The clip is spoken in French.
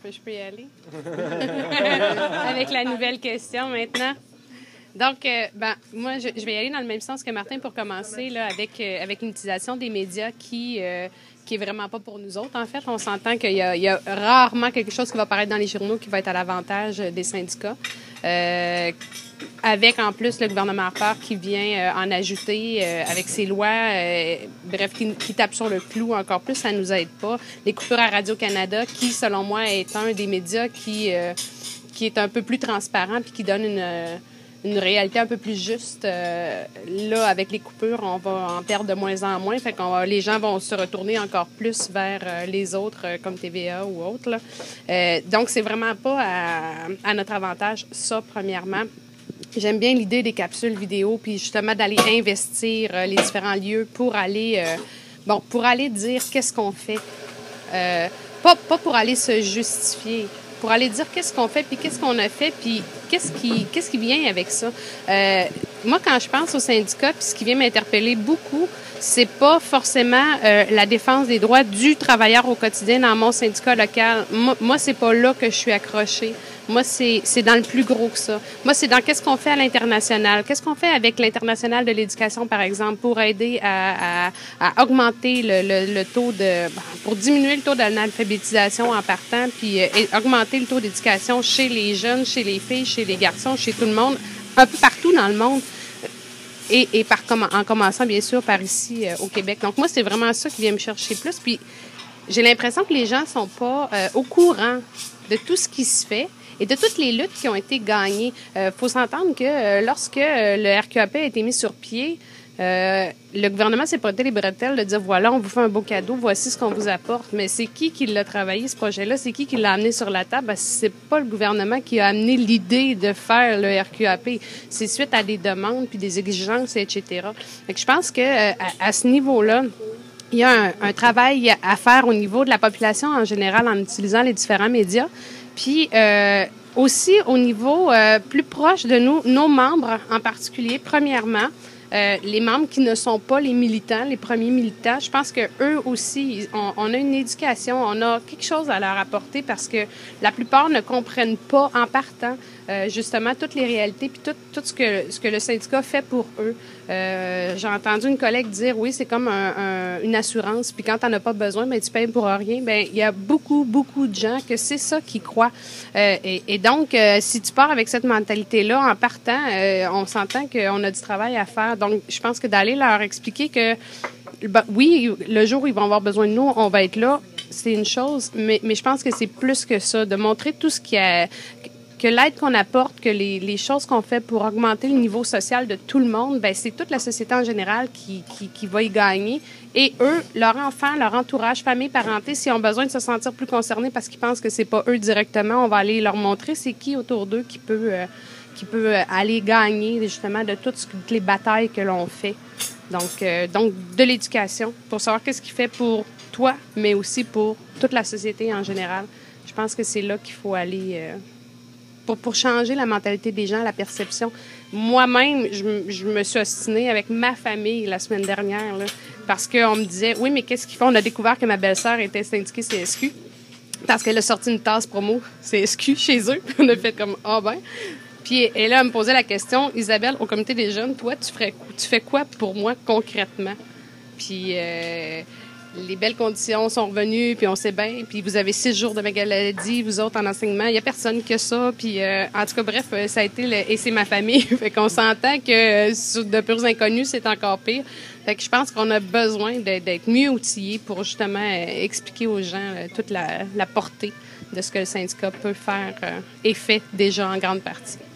je peux y aller? Avec la nouvelle question maintenant. Donc, moi, je vais y aller dans le même sens que Martin pour commencer, là, avec une utilisation des médias qui est vraiment pas pour nous autres. En fait, on s'entend qu'il y a rarement quelque chose qui va apparaître dans les journaux qui va être à l'avantage des syndicats. Avec, en plus, le gouvernement Harper qui vient en ajouter avec ses lois, bref, qui tape sur le clou encore plus, ça nous aide pas. Les coupures à Radio-Canada, qui, selon moi, est un des médias qui est un peu plus transparent puis qui donne une réalité un peu plus juste. Là, avec les coupures, on va en perdre de moins en moins. Fait que les gens vont se retourner encore plus vers les autres, comme TVA ou autres. Là. Donc, c'est vraiment pas à notre avantage, ça, premièrement. J'aime bien l'idée des capsules vidéo, puis justement d'aller investir les différents lieux pour aller, pour aller dire qu'est-ce qu'on fait. Pas pour aller se justifier, pour aller dire qu'est-ce qu'on fait, puis qu'est-ce qu'on a fait, puis qu'est-ce qui vient avec ça. Moi, quand je pense au syndicat, puis ce qui vient m'interpeller beaucoup, c'est pas forcément la défense des droits du travailleur au quotidien dans mon syndicat local. Moi, c'est pas là que je suis accrochée. Moi, c'est dans le plus gros que ça. Moi, c'est dans qu'est-ce qu'on fait à l'international. Qu'est-ce qu'on fait avec l'International de l'éducation, par exemple, pour aider à augmenter le taux pour diminuer le taux d'analphabétisation en partant, puis augmenter le taux d'éducation chez les jeunes, chez les filles, chez les garçons, chez tout le monde, un peu partout dans le monde. Et en commençant, bien sûr, par ici, au Québec. Donc, moi, c'est vraiment ça qui vient me chercher plus. Puis, j'ai l'impression que les gens sont pas au courant de tout ce qui se fait et de toutes les luttes qui ont été gagnées. Faut s'entendre que lorsque le RQAP a été mis sur pied, le gouvernement s'est prêté les bretelles de dire, voilà, on vous fait un beau cadeau, voici ce qu'on vous apporte. Mais c'est qui l'a travaillé, ce projet-là? C'est qui l'a amené sur la table? C'est pas le gouvernement qui a amené l'idée de faire le RQAP. C'est suite à des demandes puis des exigences, etc. Fait que je pense que à ce niveau-là, il y a un travail à faire au niveau de la population en général en utilisant les différents médias. Puis aussi au niveau plus proche de nous, nos membres en particulier, premièrement, les membres qui ne sont pas les militants, les premiers militants, je pense que eux aussi, on a une éducation, on a quelque chose à leur apporter parce que la plupart ne comprennent pas en partant justement toutes les réalités puis tout ce que le syndicat fait pour eux. J'ai entendu une collègue dire, oui, c'est comme une assurance, puis quand t'en as pas besoin, ben tu payes pour rien. Ben il y a beaucoup de gens que c'est ça qui croient. Et donc, si tu pars avec cette mentalité-là en partant, on s'entend qu'on a du travail à faire. Donc, je pense que d'aller leur expliquer que, oui, le jour où ils vont avoir besoin de nous, on va être là, c'est une chose, mais je pense que c'est plus que ça, de montrer tout ce que l'aide qu'on apporte, que les choses qu'on fait pour augmenter le niveau social de tout le monde, ben c'est toute la société en général qui va y gagner. Et eux, leurs enfants, leur entourage, famille, parenté, s'ils ont besoin de se sentir plus concernés parce qu'ils pensent que c'est pas eux directement, on va aller leur montrer c'est qui autour d'eux qui peut aller gagner justement de toutes les batailles que l'on fait. Donc de l'éducation, pour savoir qu'est-ce qu'il fait pour toi, mais aussi pour toute la société en général. Je pense que c'est là qu'il faut aller pour changer la mentalité des gens, la perception. Moi-même, je me suis ostinée avec ma famille la semaine dernière là, parce qu'on me disait, oui, mais qu'est-ce qu'ils font? On a découvert que ma belle-sœur était syndiquée CSQ parce qu'elle a sorti une tasse promo CSQ chez eux. On a fait comme, Puis et là, elle me posait la question, Isabelle, au comité des jeunes, toi, tu fais quoi pour moi concrètement? Puis les belles conditions sont revenues, puis on sait bien, puis vous avez 6 jours de maladie, vous autres en enseignement, il y a personne que ça, puis en tout cas, bref, ça a été, et c'est ma famille, fait qu'on s'entend que sur de purs inconnus, c'est encore pire. Fait que je pense qu'on a besoin d'être mieux outillés pour justement expliquer aux gens toute la portée de ce que le syndicat peut faire et fait déjà en grande partie.